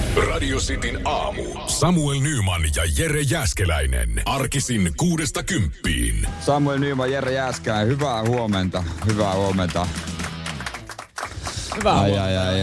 Radio Cityn aamu. Samuel Nyman ja Jere Jääskeläinen. Arkisin 6–10. Samuel Nyman, Jere Jääskeläinen. Hyvää huomenta. Hyvää huomenta. Hyvää huomenta.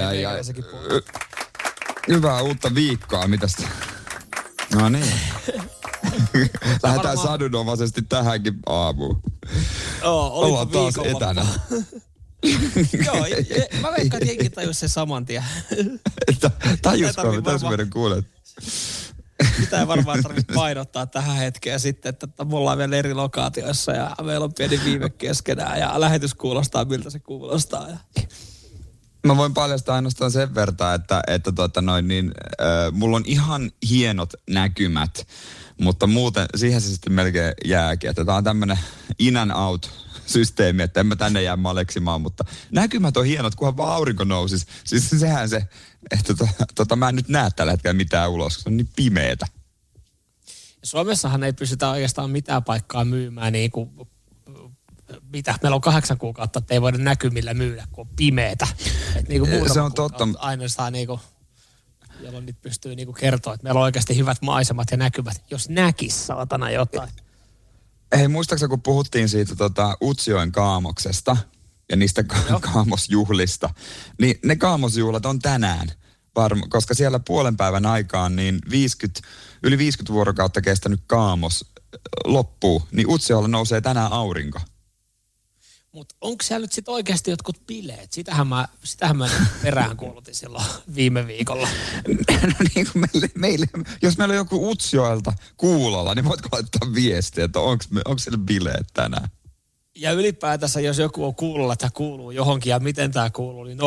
Hyvää uutta viikkoa. Mitäs? No niin. Lähdetään sadunomaisesti tähänkin aamuun. Ollaan taas etänä. Joo, mä veikkaan, että jenkin tajus sen saman tien. Tajusko, mitä sä meidän kuulet? Mitä ei varmaan tarvitse painottaa tähän hetkeen sitten, että me ollaan vielä eri lokaatioissa ja meillä on pieni viime keskenään ja lähetys kuulostaa, miltä se kuulostaa. Mä voin paljastaa ainoastaan sen verran, että mulla on ihan hienot näkymät, mutta muuten siihen se sitten melkein jääkin, että tää on tämmönen in and out systeemi, että en mä tänne jää maleksimaan, mutta näkymät on hienot, kunhan vaan aurinko nousis. Siis sehän se, että mä en nyt näe tällä hetkellä mitään ulos, se on niin pimeetä. Suomessahan ei pystytä oikeastaan mitään paikkaa myymään niin kuin, mitä, meillä on 8 kuukautta, että ei voida näkymillä myydä, kun on pimeetä. Niin se on totta. Ainoastaan jolloin nyt pystyy niin kuin kertoa, että meillä on oikeasti hyvät maisemat ja näkymät, jos näkis saatana jotain. Hei, muistaakseni kun puhuttiin siitä Utsjoen kaamoksesta ja niistä kaamosjuhlista, niin ne kaamosjuhlat on tänään, koska siellä puolen päivän aikaan niin yli 50 vuorokautta kestänyt kaamos loppuu, niin Utsjoella nousee tänään aurinko. Mutta onko siellä nyt sitten oikeasti jotkut bileet? Sitähän mä perään kuulutin silloin viime viikolla. No niin kuin meille, jos meillä on joku Utsjoelta kuulolla, niin voitko laittaa viestiä, että onko siellä bileet tänään? Ja ylipäätänsä, jos joku on kuulolla, että kuuluu johonkin ja miten tämä kuuluu, niin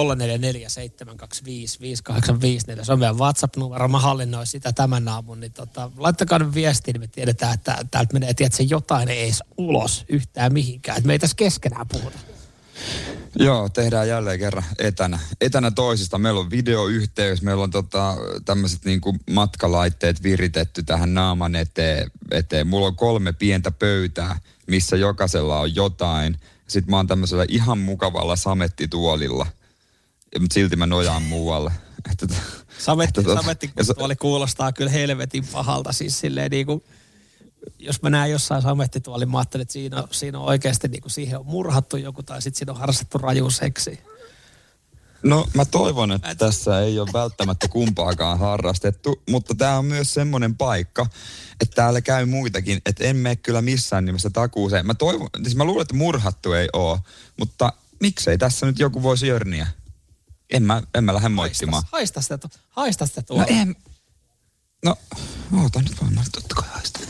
0447255854. Se on meidän WhatsApp-numero. Mä hallinnoin sitä tämän aamun. Niin laittakaa nyt viestiä, niin me tiedetään, että täältä menee jotain ei edes ulos yhtään mihinkään. Että me ei tässä keskenään puhuta. Joo, tehdään jälleen kerran etänä toisista. Meillä on videoyhteys, meillä on tämmöiset niinku matkalaitteet viritetty tähän naaman eteen. Mulla on 3 pientä pöytää, missä jokaisella on jotain. Sitten mä oon tämmöisellä ihan mukavalla samettituolilla, mutta silti mä nojaan muualle. Samettituoli kuulostaa kyllä helvetin pahalta, siis silleen niinku, jos mä näen jossain samettituolin, mä ajattelin, että siinä on oikeasti niinku siihen on murhattu joku tai sitten siinä on harrastettu raju seksi. No mä toivon, että tässä ei ole välttämättä kumpaakaan harrastettu, mutta tää on myös semmoinen paikka, että täällä käy muitakin, että en mene kyllä missään nimessä takuuseen. Mä luulen, että murhattu ei oo, mutta miksei tässä nyt joku voisi jörniä? En mä lähde moittimaan. Haista sitä tuolla. No, oota nyt vaan, totta kai haista.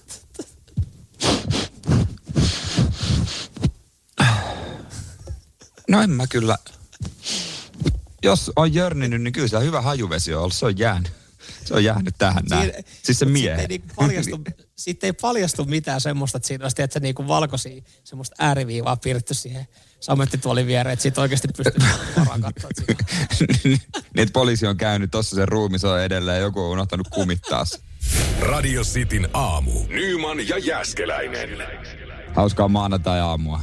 No en mä kyllä. Jos on jörninyt, niin kyllä se hyvä hajuvesi on ollut. Se on jäänyt tähän näin. Siis se miehen. Siitä ei paljastu mitään semmoista, että siinä olisi niinku valkoisia semmoista ääriviivaa piirretty siihen samettituolin viereen, että siitä oikeasti pystyy varaan katsoa. Niin, että poliisi on käynyt tossa sen ruumis on edelleen ja joku on unohtanut kumittaa se. Radio Cityn aamu. Nyman ja Jääskeläinen. Hauskaa maanantai-aamua.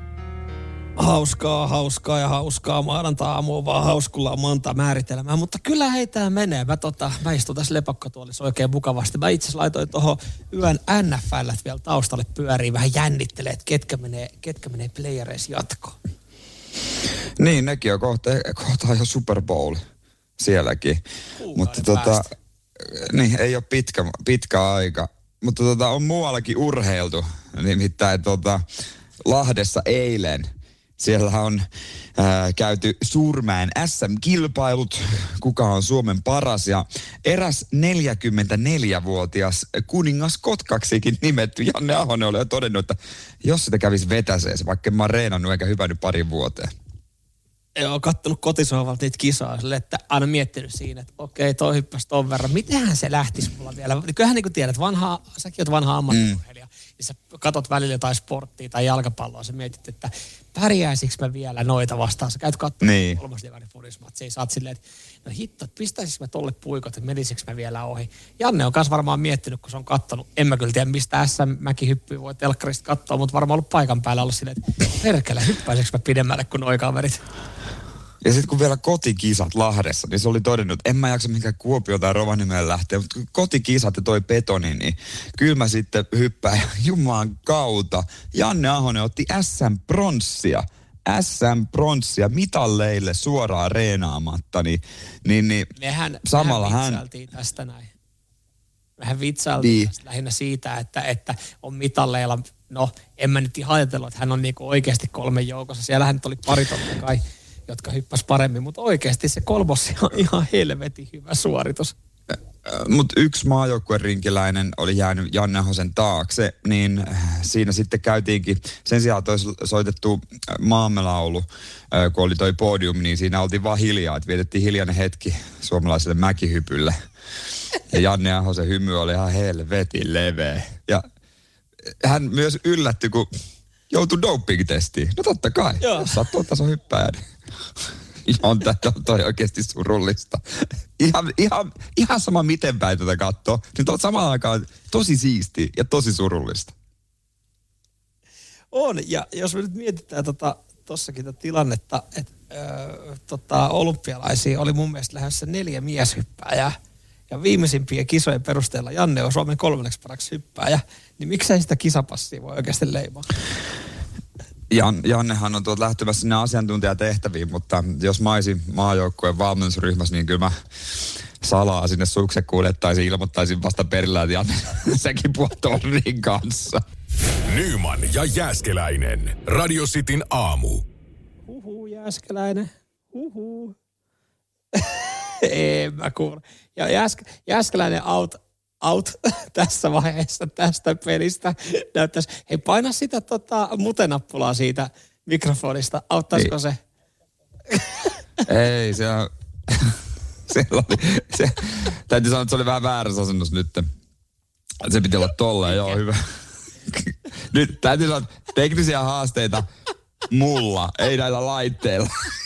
Hauskaa maanantai-aamua, vaan hauskulla on monta määritelmää, mutta kyllä heitä menee. Mä istun tässä lepakkotuolissa oikein mukavasti. Mä itse laitoin tuohon yön NFL vielä taustalle pyöriin, vähän jännittelee, että ketkä menee playereissa jatkoon. Niin, nekin on kohta jo Super Bowl sielläkin. Mutta niin, ei ole pitkä aika. Mutta on muuallakin urheiltu, nimittäin Lahdessa eilen. Siellä on käyty Suurmäen SM-kilpailut, kuka on Suomen paras. Ja eräs 44-vuotias kuningas Kotkaksikin nimetty Janne Ahonen oli jo todennut, että jos sitä kävisi vetäseessä, vaikka en mä reenannut eikä hypännyt parin vuoteen. Joo, kattonut kotisohvalta niitä kisoja silleen, että aina miettinyt siinä, että okei, toi hyppäsi ton verran. Mitenhän se lähtisi mulla vielä? Kyllähän niin kuin tiedät, säkin oot vanha ammattiurheilija. Ja sä katot välillä jotain sporttia tai jalkapalloa. Sä mietit, että pärjäisikö mä vielä noita vastaan. Sä käyt katsomaan niin. 3. divarin fudismatsia. Sä oot silleen, että no hitto, pistäisikö mä tolle puikot, että menisikö mä vielä ohi. Janne on kanssa varmaan miettinyt, kun se on kattonut. En mä kyllä tiedä, mistä SM-mäkihyppyä voi telkkarista katsoa, mutta varmaan ollut paikan päällä ollut silleen, että perkele, hyppäisikö mä pidemmälle kuin noi kaverit. Ja sitten kun vielä kotikisat Lahdessa, niin se oli todennut, että en mä jaksa mihinkään Kuopio tai Rovaniemelle lähteä, mutta kotikisat ja toi betoni, niin kyllä mä sitten hyppään jumaan kautta. Janne Ahonen otti SM-pronssia mitalleille suoraan reenaamatta, niin samalla mehän tästä näin. Mehän vitsailtiin lähinnä siitä, että on mitalleilla, no en mä nyt ihan ajatellut, että hän on niinku oikeasti 3 joukossa. Siellähän nyt oli pari totta kai, jotka hyppäs paremmin, mutta oikeasti se kolmossi on ihan helvetin hyvä suoritus. Mutta yksi maajoukkuerinkiläinen oli jäänyt Janne Ahosen taakse, niin siinä sitten käytiinkin, sen sijaan että olisi soitettu maamelaulu, kun oli toi podium, niin siinä oltiin vaan hiljaa, että vietettiin hiljainen hetki suomalaiselle mäkihypylle. Ja Janne Ahosen hymy oli ihan helvetin leveä. Ja hän myös yllättyi, kun joutui doping-testiin. No totta kai, jos sä oot tuon tason hyppääjä. On toi oikeasti surullista. Ihan sama miten päin tätä katsoo. Nyt on samaan aikaan tosi siistiä ja tosi surullista. On, ja jos me nyt mietitään tossakin tätä tilannetta, että olympialaisia oli mun mielestä lähdössä 4 mieshyppääjää. Ja viimeisimpien kisojen perusteella Janne on Suomen 3. paraksi hyppääjä. Niin miksei sitä kisapassia voi oikeasti leimaa? Jannehan on lähtemässä sinne asiantuntijatehtäviin, mutta jos mä olisin maajoukkueen valmennusryhmässä, niin kyllä mä salaa sinne sukset kuljettaisin, ilmoittaisin vasta perillä, että Janne sekin puoltornin kanssa. Nyman ja Jääskeläinen. Radio Cityn aamu. Jääskeläinen. En mä kuule. Ja Jääskeläinen out tässä vaiheessa tästä pelistä. Näyttäisi, hei paina sitä mutenappulaa siitä mikrofonista. Auttaisiko se? Ei, se on... täytyy sanoa, että se oli vähän väärässä asennossa nyt. Se piti olla tolleen, joo hyvä. Nyt täytyy sanoa, teknisiä haasteita mulla, ei näillä laitteilla.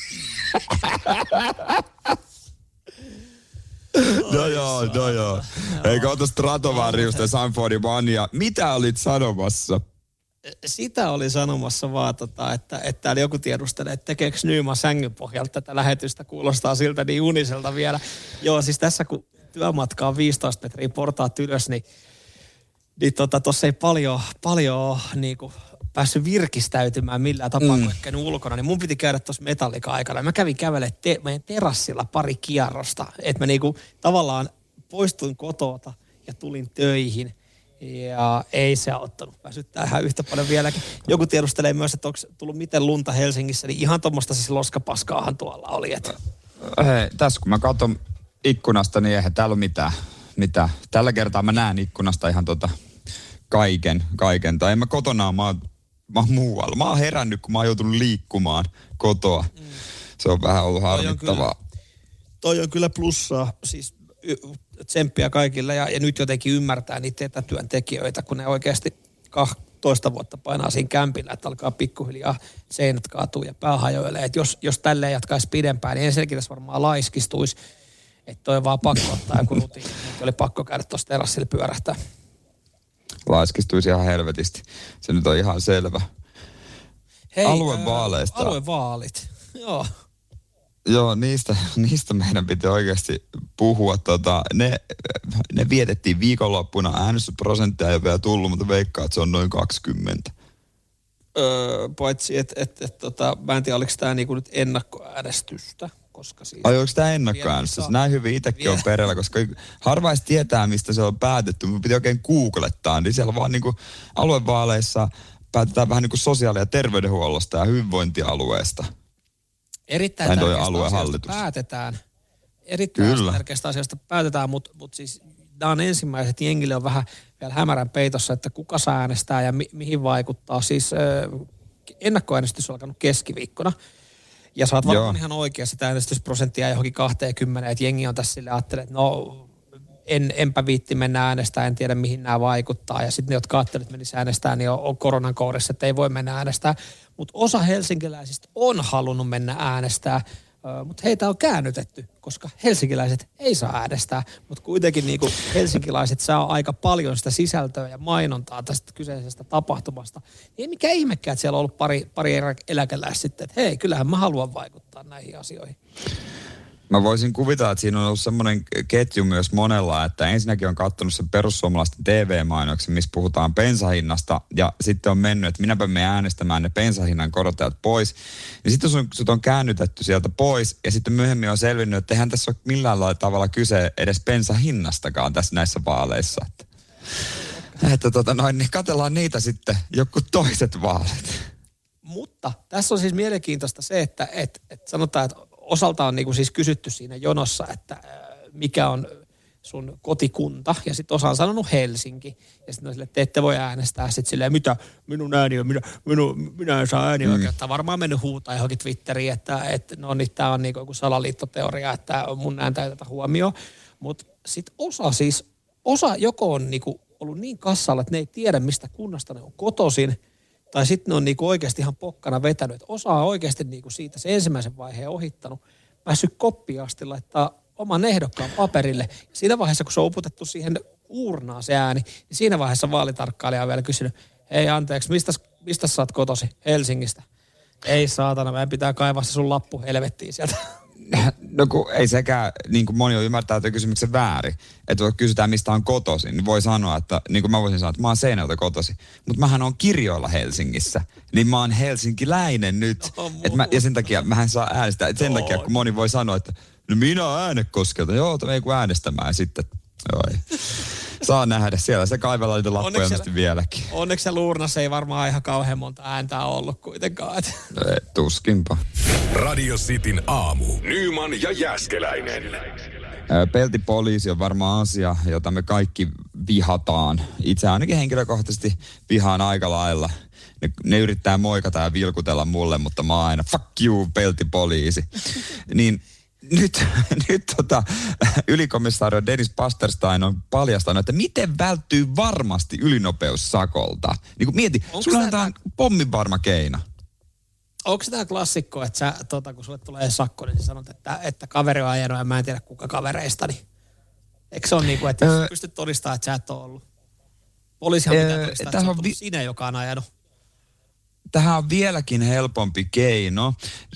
No joo. Eikö ota Stratovariusta ja Sanfordin Mania? Mitä olit sanomassa? Sitä oli sanomassa vaan, että täällä joku tiedustelee, että tekeekö Nyman sängyn pohjalta tätä lähetystä. Kuulostaa siltä niin uniselta vielä. Joo, siis tässä kun työmatka on 15 metriä portaat ylös, niin tossa ei paljon niinku päässyt virkistäytymään millään tapaa, kun ehkä ulkona, niin mun piti käydä tuossa Metallica-aikana. Mä kävin kävelemään meidän terassilla pari kierrosta, että mä niinku tavallaan poistuin kotota ja tulin töihin. Ja ei se auttanut. Väsyttää ihan yhtä paljon vieläkin. Joku tiedustelee myös, että onko tullut miten lunta Helsingissä, niin ihan tuommoista siis loskapaskaahan tuolla oli. Hei, tässä kun mä katson ikkunasta, niin eihän täällä ole mitään. Tällä kertaa mä näen ikkunasta ihan kaiken. Tai en mä kotona, mä oon muualla. Mä oon herännyt, kun mä oon joutunut liikkumaan kotoa. Se on vähän ollut harmittavaa. Toi on kyllä plussaa, siis tsemppiä kaikille ja nyt jotenkin ymmärtää niitä etätyöntekijöitä, kun ne oikeasti 12 vuotta painaa siinä kämpillä, että alkaa pikkuhiljaa seinät kaatuu ja pää hajoilee. Että jos tälleen jatkaisi pidempään, niin ensinnäkin tässä varmaan laiskistuisi. Että toi vaan pakko ottaa joku rutiini. Nyt oli pakko käydä tuossa terassilla pyörähtää. Laiskistuisi ihan helvetisti. Se nyt on ihan selvä. Hei, aluevaaleista. Aluevaalit, joo. Joo, niistä meidän piti oikeasti puhua. Ne vietettiin viikonloppuna. Äänestysprosenttia ei ole vielä tullut, mutta veikkaa, että se on noin 20. Paitsi, että mä en tiedä, oliko tämä niinku nyt ennakkoäänestystä. Koska siis oliko tämä ennakkoäänestys? Näin hyvin itsekin on perillä, koska harva edes tietää, mistä se on päätetty. Mun piti oikein googlettaa, niin siellä vaan niinku aluevaaleissa päätetään vähän niin kuin sosiaali- ja terveydenhuollosta ja hyvinvointialueesta. Erittäin tärkeästä asiasta päätetään. Erittäin tärkeästä asiasta päätetään, mutta siis nämä on ensimmäiset, jengille on vähän vielä hämärän peitossa, että kuka saa äänestää ja mihin vaikuttaa. Siis ennakkoäänestys on alkanut keskiviikkona. Ja sä oot varmaan ihan oikeassa, että äänestysprosenttia johonkin 20, että jengi on tässä sille ajattelee, että no enpä viitti mennä äänestää, en tiedä mihin nämä vaikuttaa. Ja sitten ne, jotka ajattelevat, että menisi äänestää, niin on koronan kourissa, että ei voi mennä äänestää. Mutta osa helsinkiläisistä on halunnut mennä äänestää. Mutta heitä on käännytetty, koska helsinkiläiset ei saa äänestää, mutta kuitenkin niin kuin helsinkiläiset saa aika paljon sitä sisältöä ja mainontaa tästä kyseisestä tapahtumasta. Niin ei mikään ihmekään, että siellä on ollut pari eläkeläistä sitten, että hei, kyllähän mä haluan vaikuttaa näihin asioihin. Mä voisin kuvitella, että siinä on ollut semmoinen ketju myös monella, että ensinnäkin on katsonut sen perussuomalaisten TV-mainoksen, missä puhutaan bensahinnasta, ja sitten on mennyt, että minäpä me äänestämään ne bensahinnan korottajat pois. Ja sitten sut on käännytetty sieltä pois, ja sitten myöhemmin on selvinnyt, että eihän tässä ole millään tavalla kyse edes bensahinnastakaan tässä näissä vaaleissa. Niin katsellaan niitä sitten joku toiset vaalit. Mutta tässä on siis mielenkiintoista se, että sanotaan, että osalta on niinku siis kysytty siinä jonossa, että mikä on sun kotikunta, ja sitten osa on sanonut Helsinki, ja sitten on silleen, että te ette voi äänestää, sitten silleen, mitä, minun ääni on, minä en saa äänioikeutta, varmaan mennyt huutaa johonkin Twitteriin, että no niin, tämä on niinku joku salaliittoteoria, että mun ääntä ei tätä huomioon, mutta sitten osa joko on niinku ollut niin kassalla, että ne ei tiedä, mistä kunnasta ne on kotoisin, tai sitten ne on niinku oikeasti ihan pokkana vetänyt, että osa on oikeasti niinku siitä se ensimmäisen vaiheen ohittanut, päässyt koppiin asti laittaa oman ehdokkaan paperille. Ja siinä vaiheessa, kun se on uputettu siihen uurnaan se ääni, niin siinä vaiheessa vaalitarkkailija on vielä kysynyt, hei anteeksi, mistä sä oot kotosi? Helsingistä. Ei saatana, meidän pitää kaivaa se sun lappu helvettiin sieltä. No kun ei sekään, niin kuin moni on ymmärtää tuon kysymyksen väärin, että kun kysytään mistä on kotoisin, niin voi sanoa, että niin kuin mä voisin sanoa, että mä oon Seinältä kotoisin, mutta mähän on kirjoilla Helsingissä, niin mä oon helsinkiläinen nyt, ja sen takia mähän saa äänestää, sen takia kun moni voi sanoa, että no minä oon Äänekoskelta, joo, ei kun äänestämään sitten, joo ei. Saa nähdä siellä, se kaivellaan niitä lappuja vieläkin. Onneksi se Luurnassa ei varmaan ihan kauhean monta ääntä ollut kuitenkaan. Tuskinpa. Radio Cityn aamu. Nyman ja Jääskeläinen. Peltipoliisi on varmaan asia, jota me kaikki vihataan. Itse ainakin henkilökohtaisesti vihaan aika lailla. Ne yrittää moikata ja vilkutella mulle, mutta mä oon aina fuck you, peltipoliisi. Niin nyt ylikomissaario Dennis Pasterstein on paljastanut, että miten välttyy varmasti ylinopeussakolta. Niin kuin mieti, sulla on tämä pomminvarma keino. Onko se tämä klassikko, että sä, kun sulle tulee sakko, niin sä sanot, että kaveri on ajanut ja mä en tiedä kuka kavereistani. Eikö se ole niin kuin, että jos pystyt todistamaan, että sä et ole ollut? Poliisihan pitää todistaa, että sä oot ollut sinä, joka on ajanut. Tähän on vieläkin helpompi keino.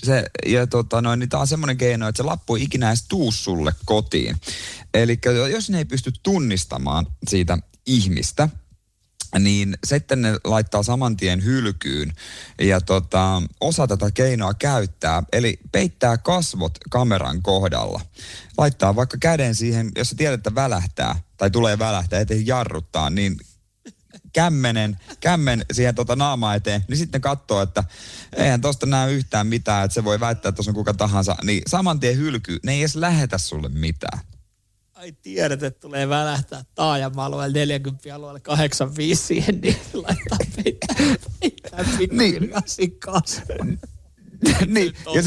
Niin tämä on semmoinen keino, että se lappu ei ikinä edes tuu sulle kotiin. Eli jos ne ei pysty tunnistamaan siitä ihmistä, niin sitten ne laittaa saman tien hylkyyn ja osa tätä keinoa käyttää, eli peittää kasvot kameran kohdalla. Laittaa vaikka käden siihen, jos sä tiedät, että välähtää tai tulee välähtää, ettei jarruttaa, niin kämmen siihen naamaa eteen, niin sitten katsoo, että eihän tosta näy yhtään mitään, että se voi väittää, että tuossa on kuka tahansa, niin saman tien hylkyy, ne ei edes lähetä sulle mitään. Ai tiedät, että tulee välähtää taajama-alueella 40 alueella 85 siihen, niin laittaa peittää pikkuhiljaa kasvoon. Niin, ja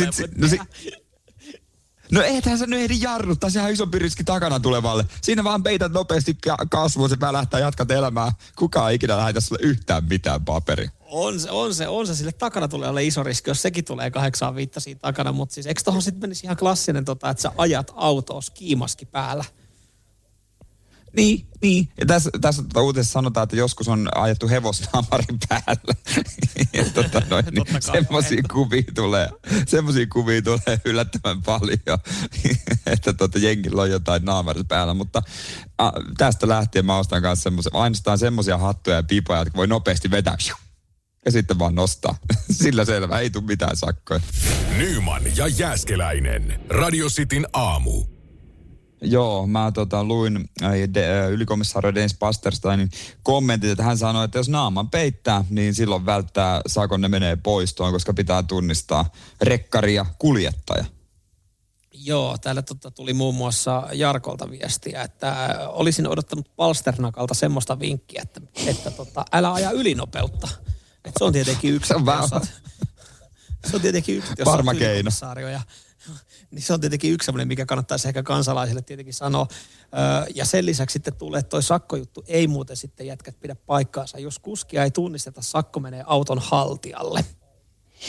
no eihän sä nyt ehdi jarruttaa, sehän on isompi riski takana tulevalle. Siinä vaan peität nopeasti kasvuun, se välähtää, jatkat elämää. Kukaan ei ikinä lähetä sulle yhtään mitään paperia. On se sille takana tulee olla iso riski, jos sekin tulee 85 siinä takana. Mutta siis eikö tohon sitten menisi ihan klassinen, että sä ajat autoa skiimaski päällä? Niin. Ja tässä uutisessa sanotaan, että joskus on ajettu hevosnaamarin päällä. Niin semmoisia kuvia tulee yllättävän paljon, että jengillä on jotain naamarin päällä. Mutta tästä lähtien mä ostan kanssa ainoastaan semmoisia hattuja ja pipoja, jotka voi nopeasti vetää. Ja sitten vaan nostaa. Sillä selvä, ei tule mitään sakkoja. Nyman ja Jääskeläinen. Radio Cityn aamu. Joo, mä luin ylikomissaario Dennis Pastersteinin kommentit, että hän sanoi, että jos naaman peittää, niin silloin välttää sakon, ne menee poistoon, koska pitää tunnistaa rekkari ja kuljettaja. Joo, täällä tuli muun muassa Jarkolta viestiä, että olisin odottanut Palsternakalta semmoista vinkkiä, että älä aja ylinopeutta. Että se on tietenkin yksi. Se on tietenkin yksi, jos varma on ylikomissaario ja niin se on tietenkin yksi sellainen, mikä kannattaisi ehkä kansalaisille tietenkin sanoa. Ja sen lisäksi sitten tulee, että toi sakkojuttu ei muuten sitten jätkät pidä paikkaansa. Jos kuskia ei tunnisteta, sakko menee auton haltijalle.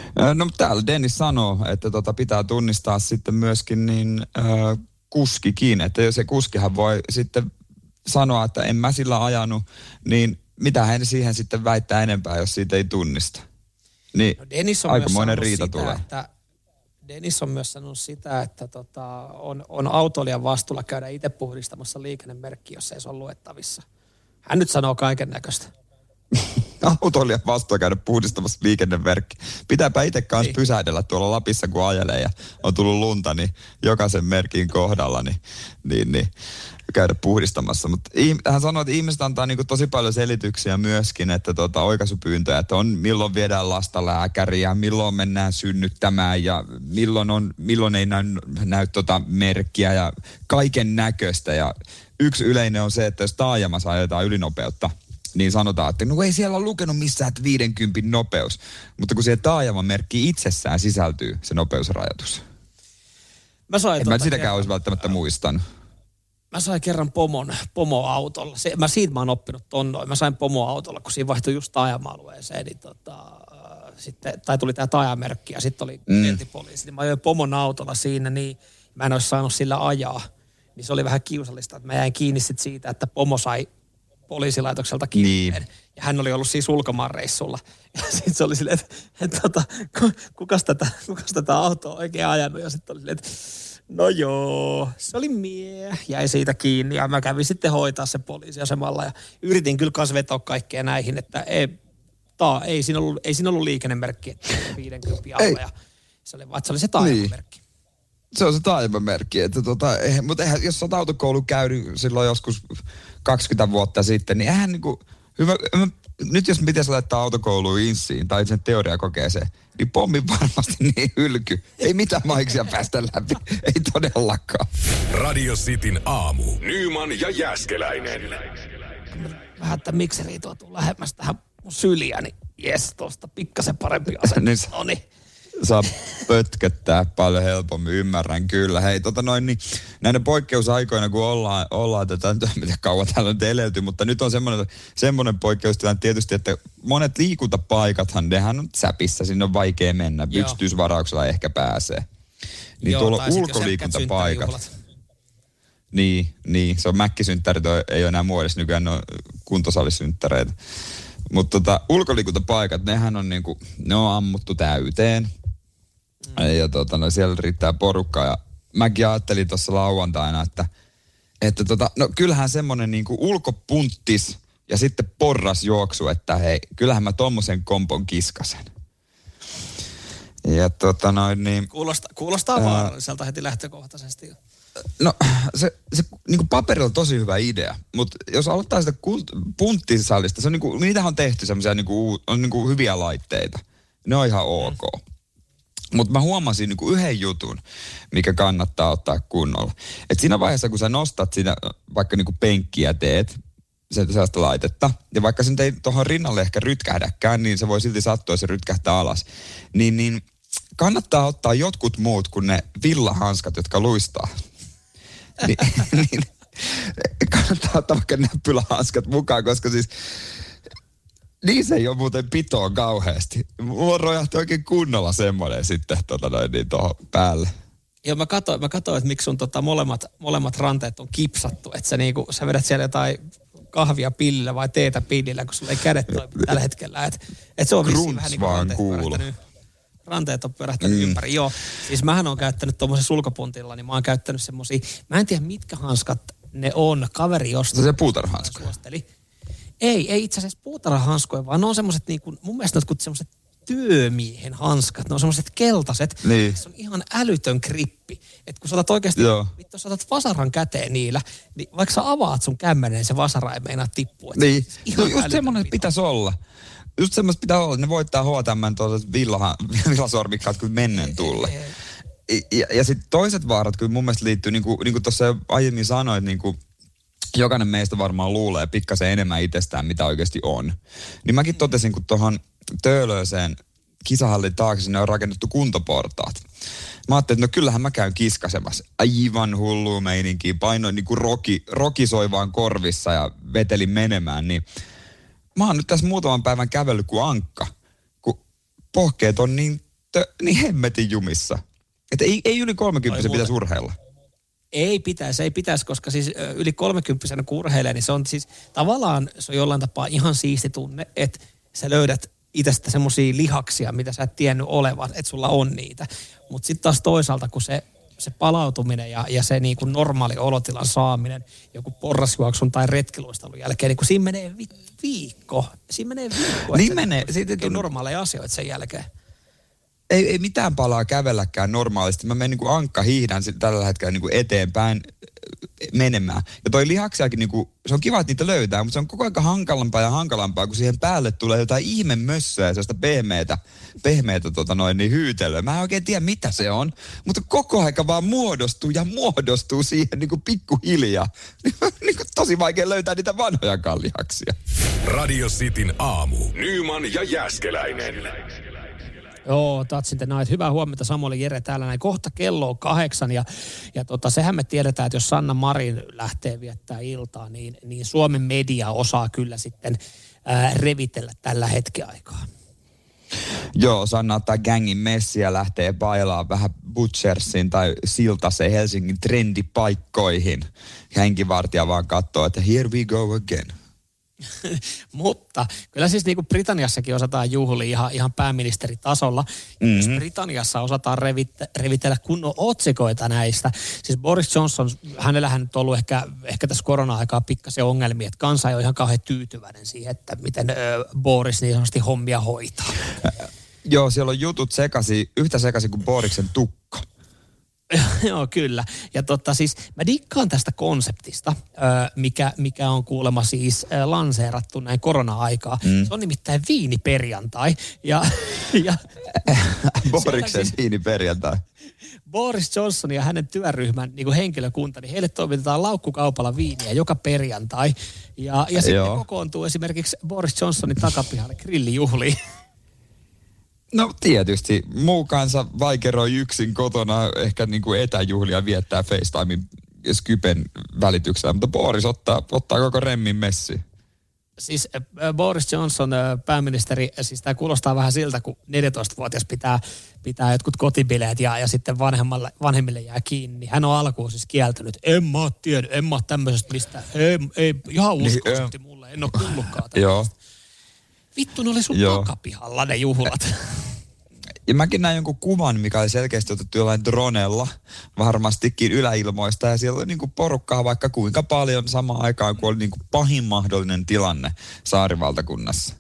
No täällä Dennis sanoo, että pitää tunnistaa sitten myöskin niin kuskikin, että jos se kuskihan voi sitten sanoa, että en mä sillä ajanut, niin mitä hän siihen sitten väittää enempää, jos siitä ei tunnista. Niin no aikamoinen riita tulee. Dennis on myös sanonut sitä, että on autoilijan vastuulla käydä itse puhdistamassa liikennemerkki, jos ei se ole luettavissa. Hän nyt sanoo kaiken näköistä. Autoilijan vastuulla käydä puhdistamassa liikennemerkki. Pitääpä itse kanssa pysähdellä tuolla Lapissa, kun ajelee ja on tullut lunta, niin jokaisen merkin kohdalla, niin käydä puhdistamassa. Mutta hän sanoi, että ihmiset antaa niinku tosi paljon selityksiä myöskin, että oikaisupyyntöjä, että on milloin viedään lasta lääkäriä, milloin mennään synnyttämään ja milloin ei näy merkkiä ja kaiken näköistä. Ja yksi yleinen on se, että jos taajamassa ajetaan ylinopeutta, niin sanotaan, että no ei siellä ole lukenut missään, että 50 nopeus. Mutta kun siihen taajaman merkkiin itsessään sisältyy se nopeusrajoitus. Mä sitäkään olisi välttämättä muistanut. Mä sain kerran pomoautolla. Siitä mä oon oppinut tonnoin. Mä sain pomoautolla, kun siinä vaihtui just taajama-alueeseen, niin sitten, tai tuli tää taajamerkki ja sitten oli peltipoliisi. Niin mä ajoin pomon autolla siinä, niin mä en olisi saanut sillä ajaa. Niin se oli vähän kiusallista, että mä jäin kiinni sit siitä, että pomo sai poliisilaitokselta kiinni. Niin. Ja hän oli ollut siis ulkomaanreissulla. Ja sitten se oli silleen, että kukas tätä autoa oikein ajanut? Ja sitten oli silleen, että no joo, se oli jäi siitä kiinni. Ja mä kävin sitten hoitaa se poliisiasemalla. Ja yritin kyllä kans vetoa kaikkea näihin, että ei siinä ollut liikennemerkki, että 50 alla. Ja se oli se taajamamerkki. Niin. Se on se taajamamerkki, että mutta jos sä oot autokoulu käynyt silloin joskus 20 vuotta sitten, niin eihän niinku hyvä, nyt jos pitäisi laittaa autokouluun insiin tai sen teoriakokeeseen, niin pommi varmasti niin hylky. Ei mitään maiksia päästä läpi, ei todellakaan. Radio Cityn aamu. Nyman ja Jääskeläinen. Vähän, että mikseri tuotu lähemmäs tähän mun syliä, niin jes, tuosta pikkasen parempi asento. Noniin. Saa pötköttää paljon helpommin, ymmärrän kyllä. Hei, niin näinä poikkeusaikoina, kun ollaan miten kauan täällä on elelty, mutta nyt on semmoinen poikkeustilanne tietysti, että monet liikuntapaikathan, nehän on säpissä, sinne on vaikea mennä, yksityisvarauksella ehkä pääsee. Niin tuolla on ulkoliikuntapaikat. Niin, se on mäkkisynttärit, ei ole enää muodossa, nykyään ne on kuntosalisynttäreitä. Mutta ulkoliikuntapaikat, nehän on ne on ammuttu täyteen. Ja siellä riittää porukkaa. Ja mäkin ajattelin tuossa lauantaina, että no kyllähän semmoinen ulkopunttis ja sitten porrasjuoksu, että hei, kyllähän mä tommosen kompon kiskasen. Ja niin. Kuulostaa vaaralliselta heti lähtökohtaisesti. No se paperilla on tosi hyvä idea, mutta jos aloittaa sitä punttisalista, se on niitähän on tehty semmoisia on hyviä laitteita. Ne on ihan ok. Mutta mä huomasin yhden jutun, mikä kannattaa ottaa kunnolla. Et siinä vaiheessa, kun sä nostat siinä vaikka penkkiä teet, sellaista laitetta, ja vaikka sen ei tuohon rinnalle ehkä rytkähdäkään, niin se voi silti sattua, jos se rytkähtää alas. Niin kannattaa ottaa jotkut muut kuin ne villahanskat, jotka luistaa. niin, kannattaa ottaa vaikka näppylähanskat mukaan, koska siis niissä ei ole muuten pitoa kauheasti. Mulla rojahti oikein kunnolla semmoinen sitten tuohon päälle. Joo, mä katsoin, että miksi sun molemmat ranteet on kipsattu. Että sä vedät siellä jotain kahvia pillillä vai teetä pillillä, kun sulla ei kädet toimi tällä hetkellä. Että se on vissiin vähän niin kuin ranteet on pyörähtänyt ympäri. Joo, siis mähän oon käyttänyt tuommoisen sulkapuntilla, niin mä oon käyttänyt semmosia, mä en tiedä mitkä hanskat ne on, kaveri jostain. Se puutarhahanskoja. Ei itse asiassa puutarhahanskoja, vaan ne on semmoiset mun mielestä semmoiset työmiehen hanskat, ne on semmoiset keltaiset, niin. Se on ihan älytön grippi. Että kun sä otat oikeasti, jos sä otat vasaran käteen niillä, niin vaikka sä avaat sun kämmeneen, se vasara ei meinaa tippua. Niin, no just semmoinen pitäisi olla. Just semmoista pitää olla, ne voittaa HTM:n tuollaiset villasormikkaat kuin mennen tulle. Ja sitten toiset vaarat kyllä mun mielestä liittyy, niin kuin tuossa jo aiemmin sanoit, niin kuin jokainen meistä varmaan luulee pikkasen enemmän itsestään, mitä oikeasti on. Niin mäkin totesin, kun tuohon Töölöseen kisahallin taakse sinne on rakennettu kuntoportaat. Mä ajattelin, että no kyllähän mä käyn kiskasemassa. Aivan hullu meininkiä. Painoin niin kuin roki soi vaan korvissa ja vetelin menemään. Niin mä oon nyt tässä muutaman päivän kävellyt kuin ankka. Kun pohkeet on niin niin hemmetin jumissa. Että ei yli 30 pitäisi urheilla. Ei pitäisi, koska siis yli 30-vuotiaana kun urheilee, niin se on siis tavallaan se on jollain tapaa ihan siisti tunne, että sä löydät itsestä semmoisia lihaksia, mitä sä et tiennyt olevan, että sulla on niitä. Mutta sitten taas toisaalta, kun se palautuminen ja se niin kuin normaali olotilan saaminen joku porrasjuoksun tai retkiluistelun jälkeen, niin kun siinä menee viikko. Niin menee. Siitä on normaaleja asioita sen jälkeen. Ei mitään palaa kävelläkään normaalisti. Mä menen niin kuin ankka hiihdän tällä hetkellä niin kuin eteenpäin menemään. Ja toi lihaksiakin, niin kuin, se on kiva, että niitä löytää, mutta se on koko ajan hankalampaa, kun siihen päälle tulee jotain ihme mössöä, sellaista pehmeätä niin hyytelöä. Mä en oikein tiedä, mitä se on, mutta koko ajan vaan muodostuu siihen niin kuin pikkuhiljaa. Niin kuin tosi vaikea löytää niitä vanhojakaan lihaksia. Radio Cityn aamu. Nyman ja Jääskeläinen. Joo, That's the Night. Hyvää huomenta Samuel Jere täällä näin. Kohta kello on 8 ja sehän me tiedetään, että jos Sanna Marin lähtee viettää iltaa, niin Suomen media osaa kyllä sitten revitellä tällä hetken aikaa. Joo, Sanna ottaa gängin messiä, lähtee bailaan vähän Butchersin tai Siltaseen Helsingin trendipaikkoihin. Henkivartija vaan katsoo, että here we go again. Mutta kyllä siis niin kuin Britanniassakin osataan juhlia ihan pääministeritasolla. Jos Britanniassa osataan revitellä kunnon otsikoita näistä. Siis Boris Johnson, hänellähän nyt on ollut ehkä tässä korona-aikaa pikkasen ongelmia, että kansa ei ole ihan kauhean tyytyväinen siihen, että miten Boris niin sanotusti hommia hoitaa. Joo, siellä on jutut yhtä sekaisin kuin Boriksen tukka. Joo, kyllä. Ja siis mä dikkaan tästä konseptista, mikä on kuulemma siis lanseerattu näin korona-aikaa. Se on nimittäin viiniperjantai. Boriksen siis, viiniperjantai. Boris Johnson ja hänen työryhmän niin kuin henkilökunta, niin heille toimitetaan laukkukaupalla viiniä joka perjantai. Ja sitten kokoontuu esimerkiksi Boris Johnsonin takapihalle grillijuhliin. No tietysti. Muu kansa vaikeroi yksin kotona ehkä niin kuin etäjuhlia viettää FaceTimein Skypen välityksellä, mutta Boris ottaa koko remmin messiin. Siis Boris Johnson, pääministeri, siis tämä kuulostaa vähän siltä, kun 14-vuotias pitää jotkut kotibileet ja sitten vanhemmille jää kiinni. Hän on alkuun siis kieltänyt, en mä oo tämmöisestä mistään, ei ihan uskoisesti mulle, en oo kuullutkaan tämmöistä. Vittu, ne oli sun takapihalla ne juhlat. Ja mäkin näin jonkun kuvan, mikä oli selkeästi otettu jollain dronella, varmastikin yläilmoista. Ja siellä oli niin kuin porukkaa vaikka kuinka paljon samaan aikaan, kun oli niin kuin pahin mahdollinen tilanne saarivaltakunnassa.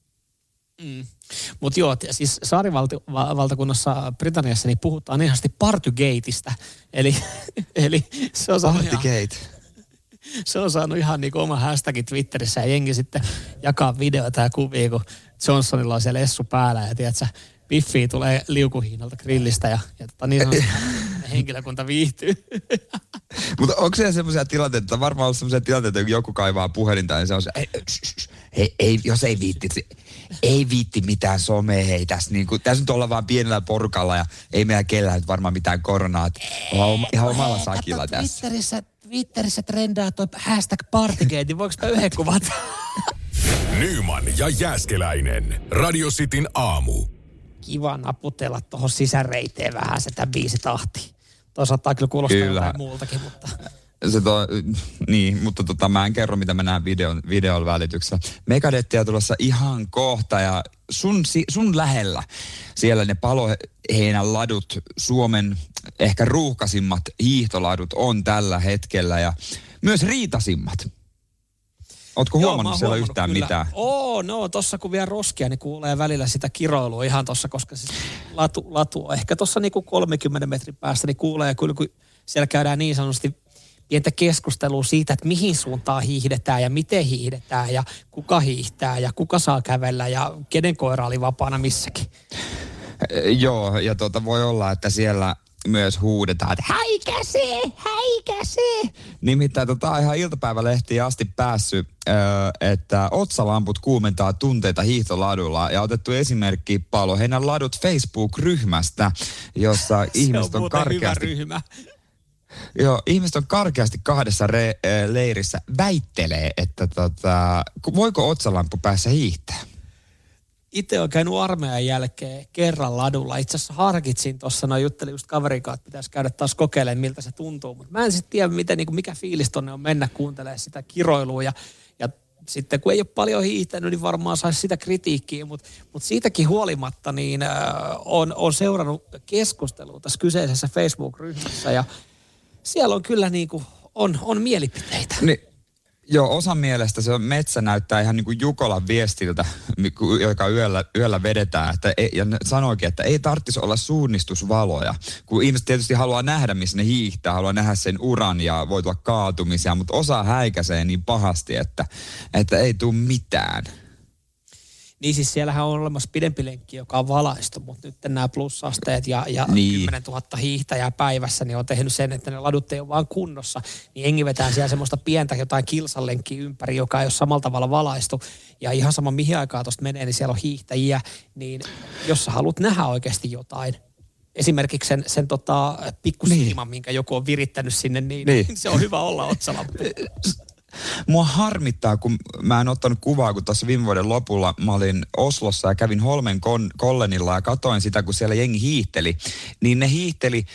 Mutta joo, siis saarivaltakunnassa Britanniassa niin puhutaan ihan Partygateista. Eli se on Partygate. Se on saanut ihan niin kuin oma hashtagin Twitterissä ja jengi sitten jakaa videoita ja kuvia, kun Johnsonilla on siellä essu päällä ja tiedätkö, Biffiä tulee liukuhiinalta grillistä ja niin sanotaan, henkilökunta viihtyy. Mutta onko siellä semmoisia tilanteita, varmaan on semmoisia tilanteita, kun joku kaivaa puhelinta, niin se on se, jos ei viitti mitään somea, hei tässä nyt ollaan vaan pienellä porukalla ja ei meillä kellään nyt varmaan mitään koronaa, ihan omalla sakilla tässä. Twitterissä trendaa toi hashtag Partygate, voiko mä yhden kuvat? Nyman ja Jääskeläinen. Radio Cityn aamu. Kiva naputella tuohon sisäreiteen vähän sitä biisitahtia. Toi saattaa kyllä kuulostaa jotain muultakin, mutta... mutta mä en kerro, mitä mä näen videon välityksellä. Megadettia tulossa ihan kohta ja sun lähellä siellä ne paloheinän ladut, Suomen ehkä ruuhkasimmat hiihtoladut on tällä hetkellä ja myös riitasimmat. Ootko huomannut siellä yhtään kyllä mitään? Tossa kun vielä roskia, niin kuulee välillä sitä kiroilua ihan tossa, koska siis latu on ehkä tossa niinku 30 metrin päästä, niin kuulee kyllä, kun siellä käydään niin sanotusti pientä keskustelua siitä, että mihin suuntaan hiihdetään ja miten hiihdetään ja kuka hiihtää ja kuka saa kävellä ja kenen koira oli vapaana missäkin. Joo, ja voi olla, että siellä myös huudetaan, että häikäse! Nimittäin ihan iltapäivälehtiin asti päässyt, että otsalamput kuumentaa tunteita hiihtoladulla ja otettu esimerkki Paloheinän ladut Facebook-ryhmästä, jossa ihmiset on karkeasti... Hyvä ryhmä. Joo, ihmiset on karkeasti kahdessa leirissä väittelee, että voiko otsalamppu päässä hiihtää? itse olen käynyt armeijan jälkeen kerran ladulla. Itse asiassa harkitsin tuossa, juttelin just kaverin kanssa, että pitäisi käydä taas kokeilemaan, miltä se tuntuu. Mutta mä en sitten tiedä, mikä fiilis tonne on mennä kuuntelemaan sitä kiroilua. Ja sitten kun ei ole paljon hiihtänyt, niin varmaan saisi sitä kritiikkiä. Mutta siitäkin huolimatta niin on seurannut keskustelua tässä kyseisessä Facebook-ryhmässä. Ja siellä on kyllä niin kuin, on mielipiteitä. Niin. Joo, osan mielestä se metsä näyttää ihan niin kuin Jukolan viestiltä, joka yöllä vedetään. Ja ne sanoikin, että ei tarvitsisi olla suunnistusvaloja. Kun ihmiset tietysti haluaa nähdä, missä ne hiihtää, haluaa nähdä sen uran ja voi tulla kaatumisia, mutta osa häikäisee niin pahasti, että ei tule mitään. Niin siis siellähän on olemassa pidempi lenkki, joka on valaistu, mutta nyt nämä plussasteet ja niin. 10 000 hiihtäjää päivässä, niin on tehnyt sen, että ne ladut ei ole vaan kunnossa. Niin jengi vetää siellä semmoista pientä jotain kilsanlenkkiä ympäri, joka ei ole samalla tavalla valaistu. Ja ihan sama mihin aikaa tuosta menee, niin siellä on hiihtäjiä. Niin jos sä haluat nähdä oikeasti jotain, esimerkiksi sen pikkusiiman, minkä joku on virittänyt sinne, niin se on hyvä olla otsalampu. Mua harmittaa, kun mä en ottanut kuvaa, kun tuossa viime vuoden lopulla mä olin Oslossa ja kävin Holmen Kollenilla ja katoin sitä, kun siellä jengi hiihteli. Niin ne hiihteli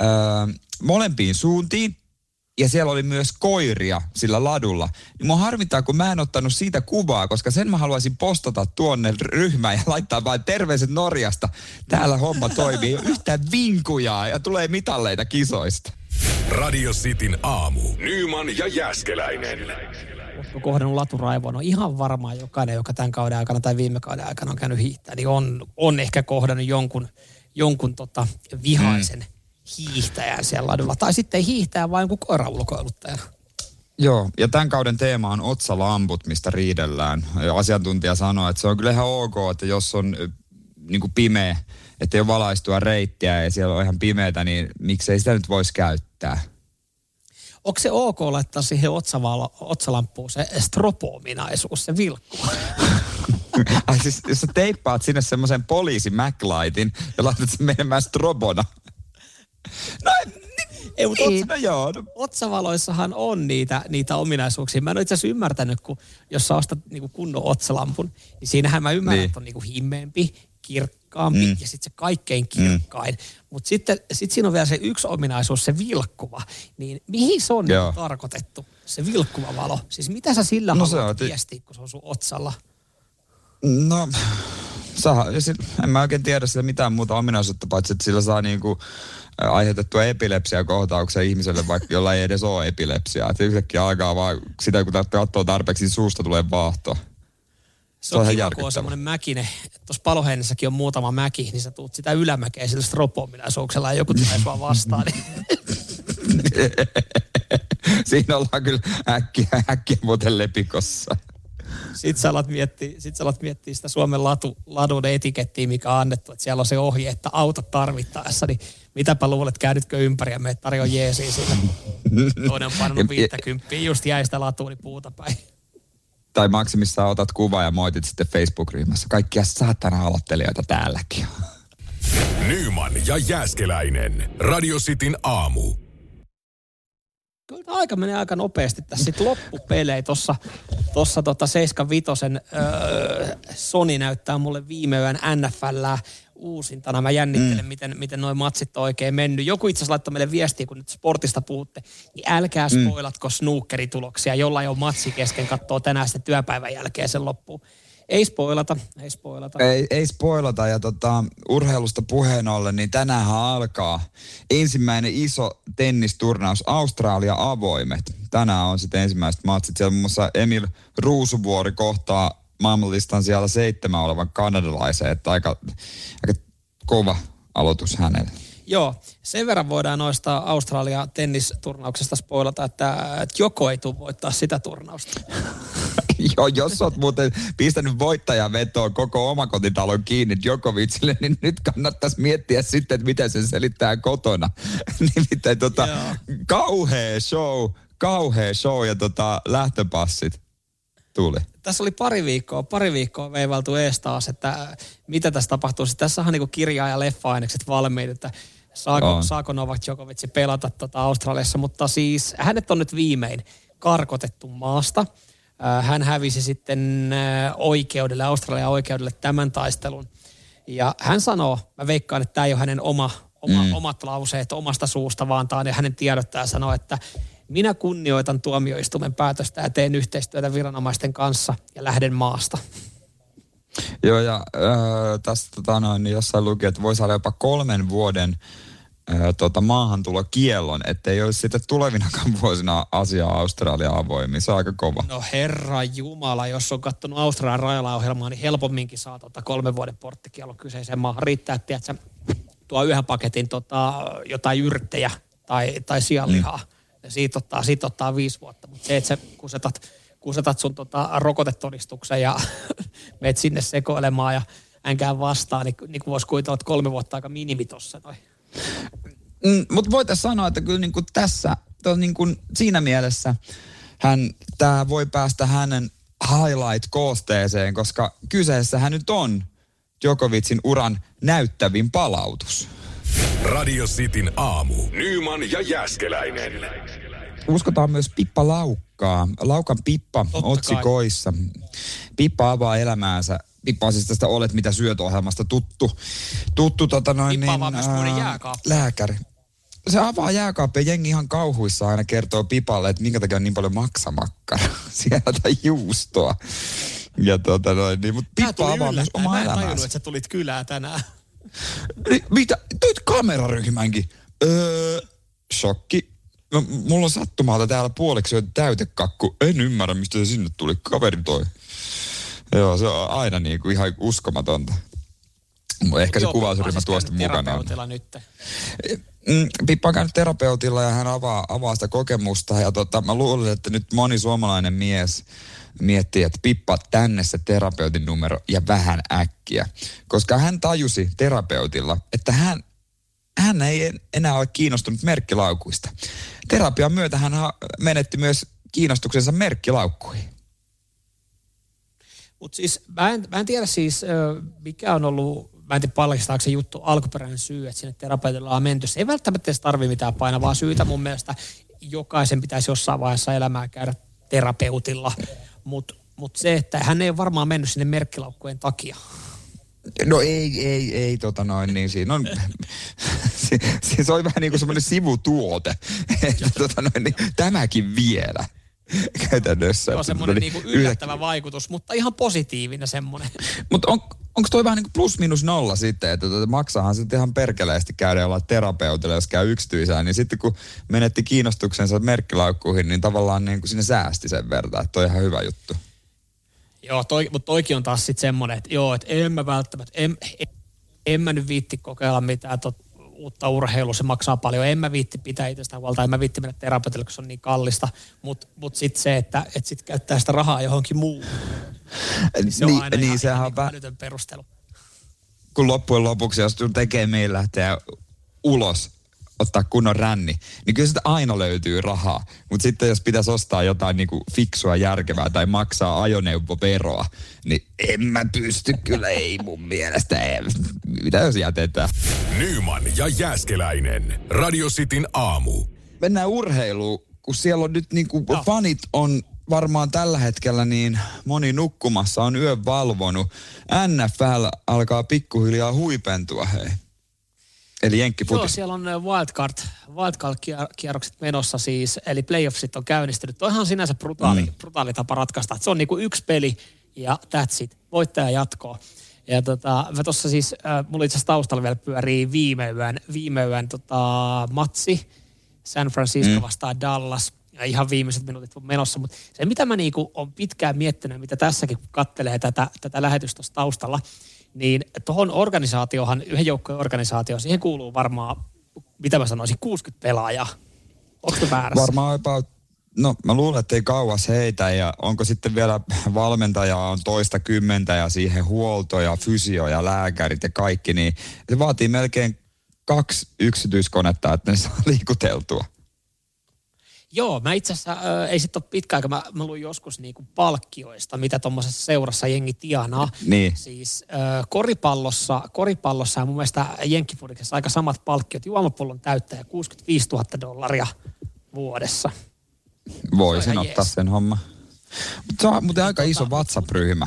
molempiin suuntiin ja siellä oli myös koiria sillä ladulla. Niin mua harmittaa, kun mä en ottanut siitä kuvaa, koska sen mä haluaisin postata tuonne ryhmään ja laittaa vain terveiset Norjasta. Täällä homma toimii, ei ole yhtään vinkujaa ja tulee mitalleita kisoista. Radio Cityn aamu. Nyman ja Jääskeläinen. Oletko kohdannut laturaivoa? No ihan varmaan jokainen, joka tämän kauden aikana tai viime kauden aikana on käynyt hiihtämään, niin on ehkä kohdannut jonkun vihaisen hiihtäjän siellä ladulla. Tai sitten hiihtää vain jonkun koiraulkoiluttajana. Joo, ja tämän kauden teema on otsalamput, mistä riidellään. Asiantuntija sanoo, että se on kyllä ihan ok, että jos on niin kuin pimeä, että ei ole valaistua reittiä ja siellä on ihan pimeätä, niin miksei sitä nyt voisi käyttää? Onko se ok laittaa siihen otsalamppuun se strobo-ominaisuus, se vilkku? Ai siis, jos sä teippaat sinne semmoisen poliisi MacLightin ja laitat sen menemään strobona. No ei, mutta otsavaloissahan on niitä ominaisuuksia. Mä en ole itse asiassa ymmärtänyt, kun jos sä ostat niinku kunnon otsalampun, niin siinähän mä ymmärrän, että on niinku himmeempi, kirkkaampi ja sitten se kaikkein kirkkain. Mutta sitten siinä on vielä se yksi ominaisuus, se vilkkuva. Niin mihin se on tarkoitettu, se vilkkuva valo? Siis mitä sä sillä haluat viestiä, kun se on sun otsalla? No, en mä oikein tiedä sillä mitään muuta ominaisuutta, paitsi että sillä saa niinku aiheutettua epilepsiakohtauksia ihmiselle, vaikka jolla ei edes ole epilepsiaa. Että yhtäkkiä alkaa vaan sitä, kun katsoo tarpeeksi, niin suusta tulee vaahtoa. Se on kiva, kun on semmoinen mäkinen. Tuossa Paloheinässäkin on muutama mäki, niin sä tuut sitä ylämäkeä sillä strobo-ominaisuuksella ja joku tulee sua vastaan. Niin. Siinä ollaan kyllä äkkiä muuten lepikossa. Sitten sä alat miettiä sitä Suomen ladun etikettiä, mikä on annettu. Että siellä on se ohje, että autot tarvittaessa. Niin mitäpä luulet, käydytkö ympäri ja meet tarjoa jeesiä sillä. Toinen on pannut 50, just jäi sitä latuuni puuta päin. Tai maksimissaan otat kuva ja moitit sitten Facebook-ryhmässä. Kaikkia saatana aloittelijoita täälläkin. Nyman ja Jääskeläinen. Radio Cityn aamu. Kyllä aika menee aika nopeasti tässä sitten loppupeleihin. Tuossa 75 Sony näyttää mulle viime yön NFL:ää uusintana. Mä jännittelen, miten noi matsit on oikein mennyt. Joku itse asiassa laittoi meille viestiä, kun nyt sportista puhutte, niin älkää spoilatko snookerituloksia, jolla ei ole matsi kesken, katsoo tänään sitten työpäivän jälkeen sen loppuun. Ei spoilata. Ei spoilata ja urheilusta puheen ollen, niin tänäänhän alkaa ensimmäinen iso tennisturnaus, Australia avoimet. Tänään on sitten ensimmäiset matsit. Siellä muun muassa Emil Ruusuvuori kohtaa maailmanlistan siellä 7 olevan kanadalaisen, että aika kova aloitus hänelle. Joo, sen verran voidaan noista Australia tennisturnauksesta spoilata, että Joko ei tule voittaa sitä turnausta. Joo, jos oot muuten pistänyt voittajavetoon koko omakotitalon kiinni Djokovicille, niin nyt kannattaisi miettiä sitten, että miten se selittää kotona. Nimittäin kauhea show ja lähtöpassit tuli. Tässä oli pari viikkoa veivailtu ees taas, että mitä tässä tapahtuu. Tässä on niin kirjaa ja leffa-ainekset valmiit, että saako Novak Djokovic pelata Australiassa, mutta siis hänet on nyt viimein karkotettu maasta. Hän hävisi sitten Australian oikeudelle tämän taistelun. Ja hän sanoo, mä veikkaan, että tämä ei ole hänen omat lauseet omasta suusta, vaan tämä on hänen tiedottaja sanoo, että minä kunnioitan tuomioistuimen päätöstä ja teen yhteistyötä viranomaisten kanssa ja lähden maasta. Joo, ja tässä niin jossain luki, että voi saada jopa 3 vuoden maahantulokiellon, ettei olisi sitten tulevinakaan vuosina asiaa Australian avoimia. Se on aika kova. No herra jumala, jos on katsonut Australian rajalaohjelmaa, niin helpomminkin saa 3 vuoden porttikiellon kyseiseen maahan. Riittää, että tuo yhden paketin jotain yrttejä tai sianlihaa. Ja siitä ottaa 5 vuotta. Mutta se, että sä kusetat sun rokotetodistuksen ja meet sinne sekoilemaan ja änkään vastaan, niin voisi kuvitella, että 3 vuotta aika minimi tossa noin. Mutta voitaisiin sanoa, että kyllä niin kuin tässä, niin kuin siinä mielessä tämä voi päästä hänen highlight-koosteeseen, koska kyseessähän nyt on Djokovicin uran näyttävin palautus. Radio Cityn aamu. Nyman ja Jääskeläinen. Uskotaan myös Pippa Laukkaa. Laukan Pippa otsikoissa. Pippa avaa elämäänsä. Pippa on siis tästä Olet mitä syöt -ohjelmasta tuttu Pippa avaa myös muiden jääkaappi. Lääkäri. Se avaa jääkaappia, jengi ihan kauhuissa aina kertoo Pipalle, että minkä takia on niin paljon maksamakkara siellä tai juustoa. Ja mutta Pippa avaa myös omaa elämäänsä. Mä en tajunnut, että sä tulit kylään tänään. Mitä? Toit kameraryhmänkin. Shokki. No, mulla on sattumalta täällä puoliksi jo täytekakku. En ymmärrä, mistä se sinne tuli. Kaveri toi. Joo, se on aina niin kuin ihan uskomatonta. Ehkä se kuvausryhmä tuosta mukana on. Pippa on käynyt terapeutilla ja hän avaa sitä kokemusta. Ja mä luulen, että nyt moni suomalainen mies miettii, että Pippa tänne se terapeutin numero ja vähän äkkiä. Koska hän tajusi terapeutilla, että hän ei enää ole kiinnostunut merkkilaukuista. Terapian myötä hän menetti myös kiinnostuksensa merkkilaukkuihin. Mutta siis mä en tiedä siis, mikä on ollut, mä en tiedä paljastaako se juttu alkuperäinen syy, että sinne terapeutilla on menty. Se ei välttämättä edes tarvitse mitään painavaa syytä. Mun mielestä jokaisen pitäisi jossain vaiheessa elämää käydä terapeutilla. Mut se, että hän ei ole varmaan mennyt sinne merkkilaukkujen takia. No ei, niin siinä on, se on vähän niin kuin semmoinen sivutuote, että niin, tämäkin vielä käytännössä. Se on semmoinen niin kuin yllättävä vaikutus, mutta ihan positiivinen semmoinen. Mutta onko toi vähän niin kuin plus minus nolla sitten, että maksaahan sitten ihan perkeleesti käydä jollain terapeutilla, jos käy yksityisään, niin sitten kun menetti kiinnostuksensa merkkilaukkuihin, niin tavallaan niin kuin sinne säästi sen verran, että toi on ihan hyvä juttu. Joo, mutta toikin on taas sitten semmoinen, että joo, että en mä välttämättä, en mä nyt viitti kokeilla mitään uutta urheilua, se maksaa paljon, en mä viitti pitää itsestä huolta, en mä viitti mennä terapeutille, kun se on niin kallista, mutta sitten se, että sitten käyttää sitä rahaa johonkin muuhun. Se on aina ihan älytön perustelu. Kun loppujen lopuksi, jos tekee meillä lähteä ulos, ottaa kunnon ränni, niin kyllä sitä aina löytyy rahaa. Mutta sitten jos pitäisi ostaa jotain niinku fiksua järkevää tai maksaa ajoneuvoveroa, niin en mä pysty kyllä, ei mun mielestä. Mitä jos jätetään? Nyman ja Jääskeläinen. Radio Cityn aamu. Mennään urheiluun, kun siellä on nyt niinku fanit on varmaan tällä hetkellä niin moni nukkumassa, on yön valvonut. NFL alkaa pikkuhiljaa huipentua, hei. Eli jenkkifutis. Joo, siellä on wildcard-kierrokset menossa siis, eli playoffsit on käynnistynyt. Toihan on sinänsä brutaali tapa ratkaista. Että se on niinku yksi peli ja that's it. Voittaja jatkoa. Ja mä tossa siis, mulla itse asiassa taustalla vielä pyörii viime yön matsi. San Francisco vastaan Dallas. Ja ihan viimeiset minuutit on menossa. Mutta se, mitä mä niinku on pitkään miettinyt, mitä tässäkin kun kattelee tätä lähetystä taustalla, niin tuohon organisaatiohan, yhden joukkojen organisaatioon, siihen kuuluu varmaan, mitä mä sanoisin, 60 pelaajaa. Onko se väärässä? Varmaan no mä luulen, että ei kauas heitä ja onko sitten vielä valmentajaa on toista kymmentä ja siihen huolto ja fysio ja lääkärit ja kaikki, niin se vaatii melkein 2 yksityiskonetta, että ne saa liikuteltua. Joo, mä itse asiassa, ei sitten ole pitkä aika, mä luin joskus niinku palkkioista, mitä tuommoisessa seurassa jengi tienaa. Niin. Siis koripallossa ja mun mielestä jenkkifudikessa aika samat palkkiot. Juomapullon täyttäjä $65,000 vuodessa. Voisin ottaa sen homma. Se on muuten aika iso WhatsApp-ryhmä.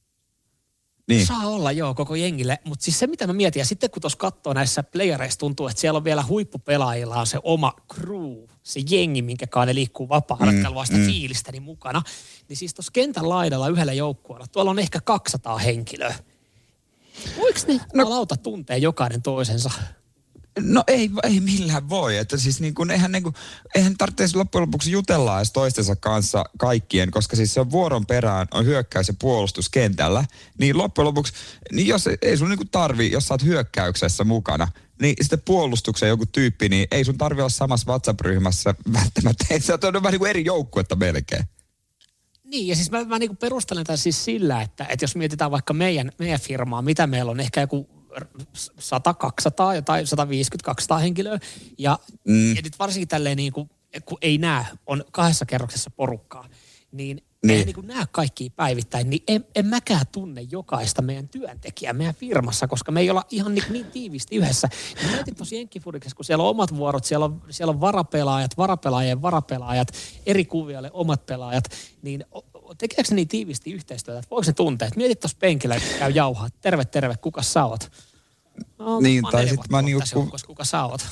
Niin. Saa olla joo koko jengille, mutta siis se mitä mä mietin, ja sitten kun tuossa katsoo näissä playereissa tuntuu, että siellä on vielä huippupelaajilla on se oma crew, se jengi, minkä kanssa ne liikkuu vapaa-ratkailua vasta fiilistäni mukana, niin siis tuossa kentän laidalla yhdellä joukkueella, tuolla on ehkä 200 henkilöä. Voiko ne lauta tuntee jokainen toisensa? No ei millään voi, että siis eihän tarvitse loppujen lopuksi jutella edes toistensa kanssa kaikkien, koska siis se on vuoron perään, on hyökkäys ja puolustus kentällä, niin loppujen lopuksi, niin jos ei sun tarvi, jos sä oot hyökkäyksessä mukana, niin sitten puolustuksen joku tyyppi, niin ei sun tarvi olla samassa WhatsApp-ryhmässä välttämättä, se on vähän eri joukkuetta melkein. Niin, ja siis mä niin perustelen tämän siis sillä, että jos mietitään vaikka meidän firmaa, mitä meillä on, ehkä joku 100, 200 tai 150, 200 henkilöä. Ja nyt varsinkin tälleen niin kuin, kun ei näe, on 2 kerroksessa porukkaa, niin ei niin kuin näe kaikkia päivittäin, niin en mäkään tunne jokaista meidän työntekijää meidän firmassa, koska me ei olla ihan niin tiivisti yhdessä. Ja mietin tuossa Jenkkifudiksessa, kun siellä on omat vuorot, siellä on varapelaajien varapelaajat, eri kuvioille omat pelaajat, niin tekeekö se niin tiivisti yhteistyötä, että voiko se tuntea, että mietit tuossa penkillä, että käy jauhaa, terve, kuka sä oot? No, niin, tai sitten mä kuka sä oot?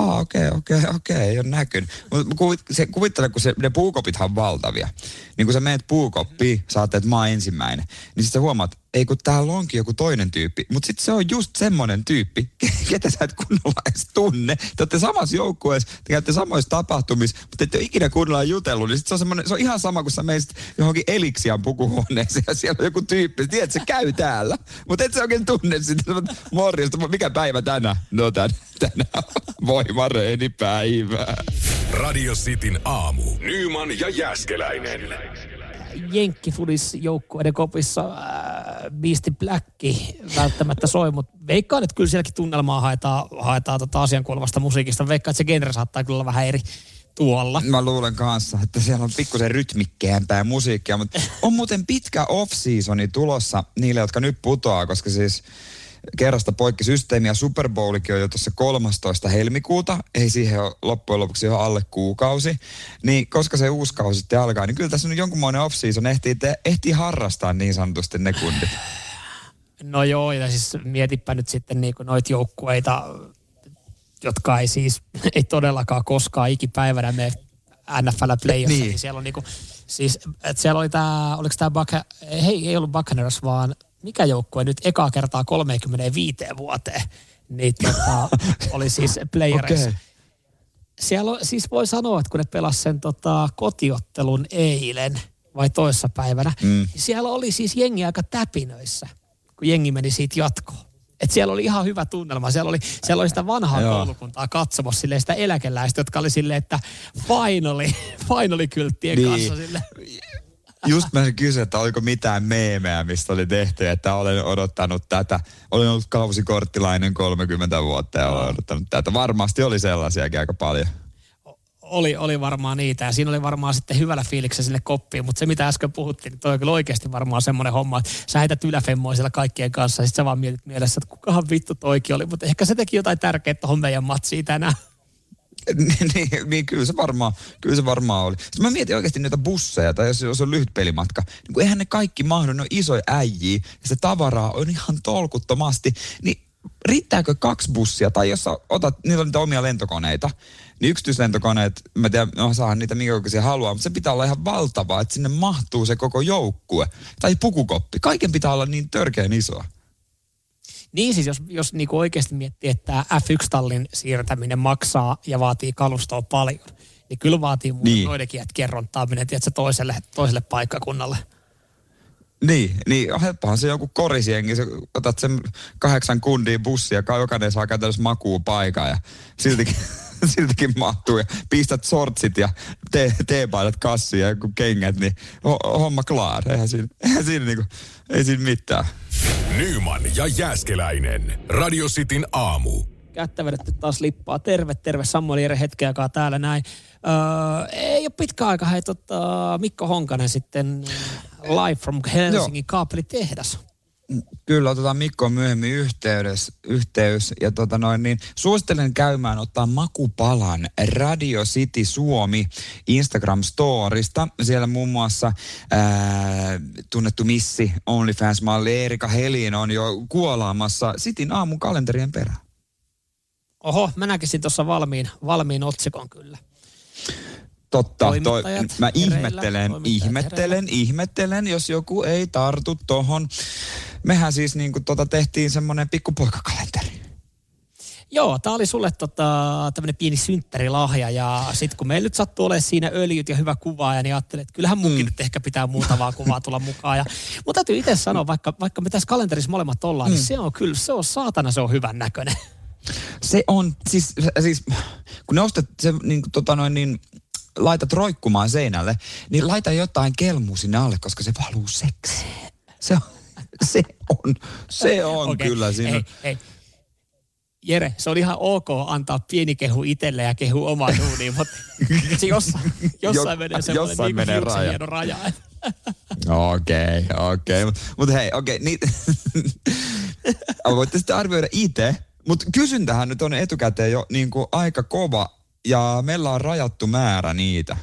Okei, ei ole näkynyt. Mutta kuvittele, kun ne puukopithan on valtavia. Niin kun sä menet puukoppiin, sä ajattelet, että mä oon ensimmäinen. Niin sit sä huomaat, ei kun täällä onkin joku toinen tyyppi. Mutta sitten se on just semmoinen tyyppi, ketä sä et kunnolla edes tunne. Te olette samassa joukkueessa, te käytte samoissa tapahtumissa, mutta ette ole ikinä kunnolla jutellut. Niin sit se on ihan sama, kun sä menisit johonkin Elixian pukuhuoneeseen ja siellä on joku tyyppi. Tiedät, se käy täällä, mutta et sä oikein tunne sitä. Morjesta, mikä päivä tänään? No tänään. Voimareeni päivää. Radio Cityn aamu. Nyman ja Jääskeläinen. Jenkkifudis joukkueiden kopissa Beastie Black välttämättä soi, mutta veikkaan, että kyllä sielläkin tunnelmaa haetaan asiankuuluvasta musiikista. Veikkaan, että se genre saattaa kyllä olla vähän eri tuolla. Mä luulen kanssa, että siellä on pikkusen rytmikkeämpää musiikkia, mutta on muuten pitkä off-seasoni tulossa niille, jotka nyt putoaa, koska siis kerrasta poikki systeemi ja Super Bowlikin on jo tuossa 13. helmikuuta. Ei siihen ole loppujen lopuksi jo alle kuukausi. Niin koska se uusi kausi sitten alkaa, niin kyllä tässä on jonkunmoinen off-season. Ehtii harrastaa niin sanotusti ne kundit. No joo, ja siis mietipä nyt sitten niinku noita joukkueita, jotka ei todellakaan koskaan ikipäivänä mene NFL-playossa. Niin siellä on niinku, siis että siellä oli oliko tämä ei ollut Buccaneers, vaan mikä joukkue nyt ekaa kertaa 35 vuoteen, niin oli siis playereissa. Okay. Siellä siis voi sanoa, että kun ne pelasi sen kotiottelun eilen vai toissapäivänä, niin siellä oli siis jengi aika täpinöissä, kun jengi meni siitä jatkoon. Että siellä oli ihan hyvä tunnelma. Siellä oli sitä vanhaa koulukuntaa katsomassa silleen sitä eläkeläistä, jotka oli silleen, että finally-kylttien kanssa silleen. Just mä kysyin, että oliko mitään meemejä, mistä oli tehty, että olen odottanut tätä. Olen ollut kausikorttilainen 30 vuotta ja olen odottanut tätä. Varmasti oli sellaisiakin aika paljon. Oli varmaan niitä ja siinä oli varmaan sitten hyvällä fiiliksellä sinne koppiin, mutta se mitä äsken puhuttiin, niin toi on kyllä oikeasti varmaan semmoinen homma, että sä heität yläfemmoa siellä kaikkien kanssa ja sitten sä vaan mietit mielessä, että kukahan vittu toikin oli, mutta ehkä se teki jotain tärkeää tuohon meidän matsiin tänään. niin kyllä se varmaan oli. Sitten mä mietin oikeasti niitä busseja, tai jos on lyhyt pelimatka, niin kun eihän ne kaikki mahdu, ne on isoja äijiä, ja se tavaraa on ihan tolkuttomasti, niin riittääkö 2 bussia, tai jos sä otat, niillä on niitä omia lentokoneita, niin yksityislentokoneet, mä tiedän, saahan niitä minkä kokoisia haluaa, mutta se pitää olla ihan valtavaa, että sinne mahtuu se koko joukkue, tai pukukoppi, kaiken pitää olla niin törkeän isoa. Niin siis, jos niinku oikeasti miettii, että F1-tallin siirtäminen maksaa ja vaatii kalustoa paljon, niin kyllä vaatii noidenkin jätkien ronttaaminen, tiedätkö, toiselle paikkakunnalle. Niin, helppohan se joku korisjengi, sä otat sen 8 kundia bussia, jokainen saa käytännössä makuun paikan ja siltikin mahtuu ja pistät sortsit ja teepaidat kassiin ja joku kengät, niin homma klaar. Eihän siinä mitään. Nyman ja Jääskeläinen. Radio Cityn aamu. Kättä vedetty taas lippaa. Terve. Samuel Jere hetken aikaa täällä näin. Ei ole pitkä aika. Hei, Mikko Honkanen sitten live from Helsingin kaapelitehdas. Kyllä, otetaan Mikko myöhemmin yhteys. Ja niin suosittelen käymään ottaa makupalan Radio City Suomi Instagram-storista. Siellä muun muassa tunnettu missi OnlyFans-malli Eerika Helin on jo kuolaamassa Cityn aamun kalenterien perään. Oho, mä näkisin tuossa valmiin otsikon kyllä. Totta, mä ihmettelen, jos joku ei tartu tohon. Mehän siis tehtiin semmoinen pikkupoikakalenteri. Joo, tää oli sulle tämmönen pieni synttärilahja ja sit kun meillä nyt sattuu olemaan siinä öljyt ja hyvä kuvaaja, niin ajattelin, että kyllähän munkin nyt ehkä pitää muutavaa kuvaa tulla mukaan. Mutta täytyy itse sanoa, vaikka me tässä kalenterissa molemmat ollaan, niin se on kyllä, se on hyvän näköinen. Se on, siis kun ne ostat se laitat roikkumaan seinälle, niin laita jotain kelmua sinne alle, koska se valuu seksi. Se on okay. Kyllä siinä. Hei. Jere, se on ihan ok antaa pieni kehu itselle ja kehu omaan duuniin, mutta jossain menee semmoinen hieno raja. Okei. Mutta hei, niin, voitte sitten arvioida itse, mutta kysyntähän nyt on etukäteen jo aika kova. Ja meillä on rajattu määrä niitä.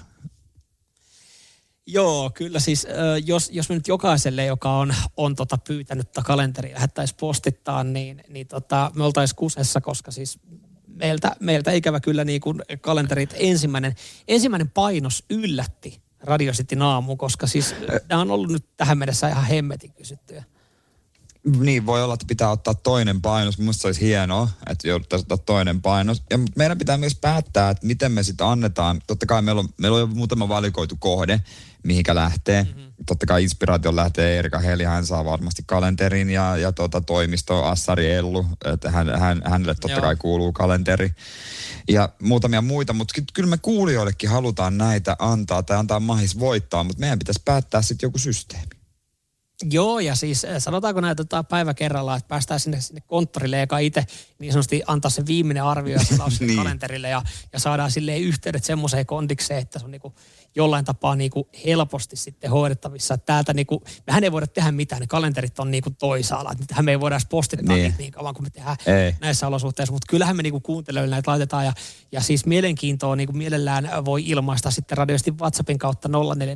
Joo, kyllä siis, jos me nyt jokaiselle, joka on pyytänyt kalenteria, lähettäisiin postittaa, niin me oltaisiin kusessa, koska siis meiltä ikävä kyllä kalenterit ensimmäinen painos yllätti Radio Cityn aamu, koska siis nämä on ollut nyt tähän mennessä ihan hemmetin kysyttyjä. Niin, voi olla, että pitää ottaa toinen painos. Minusta se olisi hienoa, että jouduttaisiin ottaa toinen painos. Ja meidän pitää myös päättää, että miten me sitten annetaan. Totta kai meillä on jo muutama valikoitu kohde, mihinkä lähtee. Mm-hmm. Totta kai inspiraation lähtee Eerika Heli, hän saa varmasti kalenterin ja toimisto Assari Ellu, että hänelle totta kai kuuluu kalenteri. Ja muutamia muita, mutta kyllä me kuulijoillekin halutaan näitä antaa tai antaa mahis voittaa, mutta meidän pitäisi päättää sitten joku systeemi. Joo, ja siis sanotaanko näitä päivä kerrallaan, että päästään sinne konttorille, joka itse niin sanotusti antaa se viimeinen arvio ja selaa sinne kalenterille ja saadaan silleen yhteydet semmoiseen kondikseen, että se on jollain tapaa helposti sitten hoidettavissa. Että täältä mehän ei voida tehdä mitään, ne kalenterit on toisaalla. Nythän me ei voida edes postittaa niin kauan kuin me tehdään näissä olosuhteissa, mutta kyllähän me kuuntelijoille näitä laitetaan ja siis mielenkiintoa mielellään voi ilmaista sitten radiosti WhatsAppin kautta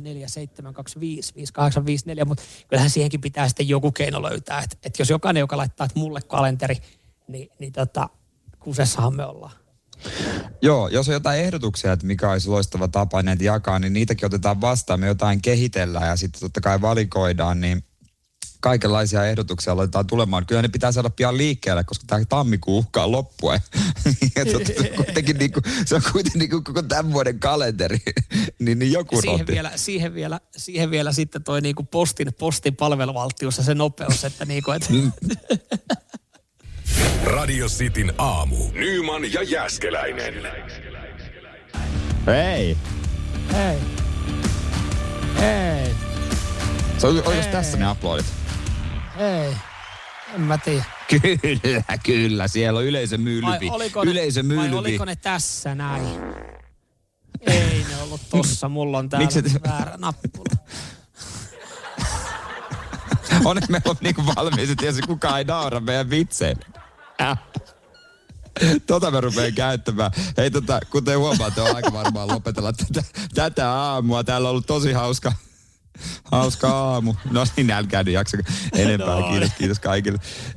0447255854, mutta kyllähän siihenkin pitää sitten joku keino löytää, että jos jokainen, joka laittaa mulle kalenteri, niin kusessahan me ollaan. Joo, jos on jotain ehdotuksia, että mikä olisi loistava tapa näitä jakaa, niin niitäkin otetaan vastaan. Me jotain kehitellään ja sitten totta kai valikoidaan, niin kaikenlaisia ehdotuksia aloitetaan tulemaan. Kyllä ne pitää saada pian liikkeelle, koska tämä tammikuu uhkaa loppua. Ja se on kuitenkin koko tämän vuoden kalenteri. niin joku siihen vielä sitten toi postin palveluvaltius ja se nopeus, että Radio Cityn aamu. Nyman ja Jääskeläinen. Hei. Oliko tässä ne aplodit? Ei. En mä tiedä. Kyllä. Siellä on yleisömylvi. Vai oliko ne tässä näin? Ei ne ollut tossa. Mulla on täällä väärä nappula. Onneksi meillä on valmiiset ja kukaan ei naura meidän vitseen. Me rupean käyttämään. Hei kuten huomaatte, on aika varmaan lopetella tätä aamua. Täällä on ollut tosi hauska aamu. No niin, älkää nyt jaksa enempää. No. Kiitos kaikille.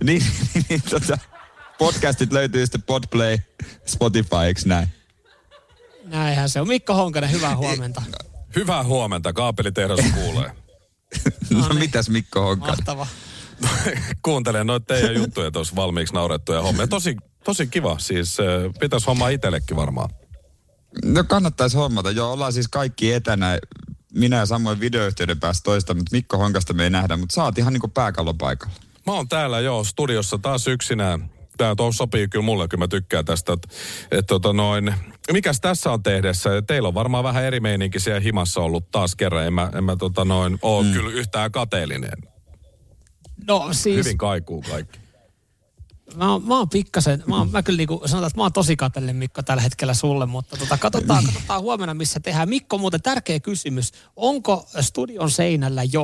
Podcastit löytyy sitten Podplay, Spotify, eikö näin? Näinhän se on. Mikko Honkanen, hyvää huomenta. Hyvää huomenta, kaapelitehdas kuulee. No mitäs Mikko Honkanen? Mahtava. Kuuntelen noita teidän juttuja tuossa valmiiksi naurettuja hommia. Tosi kiva, siis pitäisi hommaa itsellekin varmaan. No kannattaisi hommata. Joo, ollaan siis kaikki etänä. Minä ja Samuel videoyhteyden päästä toista, mutta Mikko Honkasta me ei nähdä, mutta sä oot ihan pääkallon paikalla. Mä oon täällä studiossa taas yksinään. Tää sopii kyllä mulle, kyllä mä tykkään tästä, että mikäs tässä on tehdessä? Teillä on varmaan vähän eri meininki siellä himassa ollut taas kerran. En mä ole kyllä yhtään kateellinen. No siis... Hyvin kaikuu kaikki. Mä oon pikkasen, mä kyllä sanotaan, että mä oon tosi kateellinen Mikko tällä hetkellä sulle, mutta katsotaan huomenna missä tehdään. Mikko, muuten tärkeä kysymys. Onko studion seinällä jo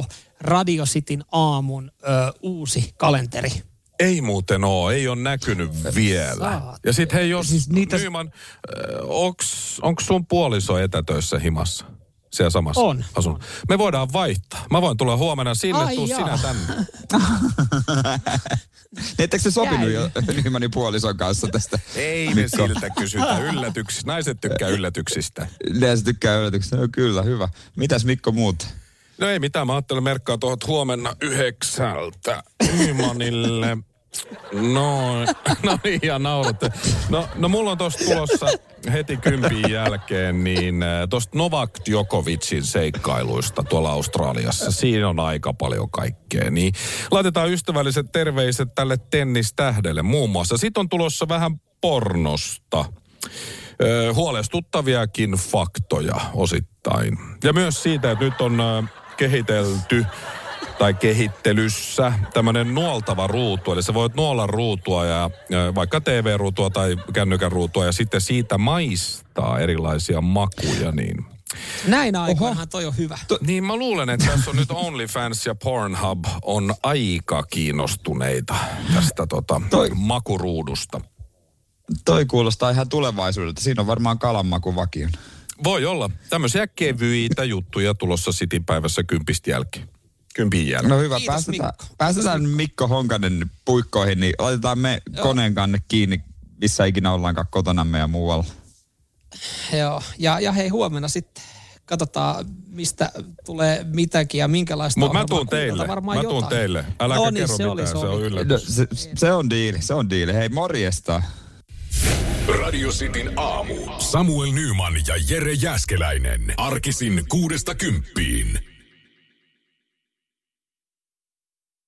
Radio Cityn aamun uusi kalenteri. Ei muuten ei ole näkynyt vielä. Ja sit hei, jos siis Nyman, onks sun puoliso etätöissä himassa? Siellä samassa asun. Me voidaan vaihtaa. Mä voin tulla huomenna sinne, tuu sinä tänne. Etteikö se sopinut jo Nymanin puolison kanssa tästä? Ei me siltä kysytä yllätyksistä. Naiset tykkää yllätyksistä. Naiset tykkää yllätyksistä. No kyllä, hyvä. Mitäs Mikko muut? No ei mitään, mä ajattelin merkkaa tuohon huomenna 9 Nymanille. No niin, ja nauratte. No mulla on tosta tulossa heti 10 jälkeen, niin tosta Novak Djokovicin seikkailuista tuolla Australiassa. Siinä on aika paljon kaikkea. Niin laitetaan ystävälliset terveiset tälle tennistähdelle muun muassa. Sitten on tulossa vähän pornosta. Huolestuttaviakin faktoja osittain. Ja myös siitä, että nyt on kehitelty tai kehittelyssä tämmöinen nuoltava ruutu. Eli sä voit nuolla ruutua ja vaikka TV-ruutua tai kännykän ruutua ja sitten siitä maistaa erilaisia makuja. Niin. Näin aikoinahan toi on hyvä. Niin mä luulen, että tässä on nyt OnlyFans ja Pornhub on aika kiinnostuneita tästä makuruudusta. Toi kuulostaa ihan tulevaisuudelta. Siinä on varmaan kalanmaku vakion. Voi olla. Tämmöisiä kevyitä juttuja tulossa Citypäivässä 10 jälkeen. 10 jälkeen. No hyvä, päästetään Mikko Honkanen puikkoihin, niin laitetaan me koneen kanne kiinni, missä ikinä ollaankaan kotonamme ja muualla. Joo, ja hei huomenna sitten katsotaan, mistä tulee mitäkin ja minkälaista. Mutta mä tuun teille. Äläkä kerro mitään, se on yllätys. No, se on diili. Hei, morjesta. Radio Cityn aamu. Samuel Nyman ja Jere Jääskeläinen. Arkisin 6–10.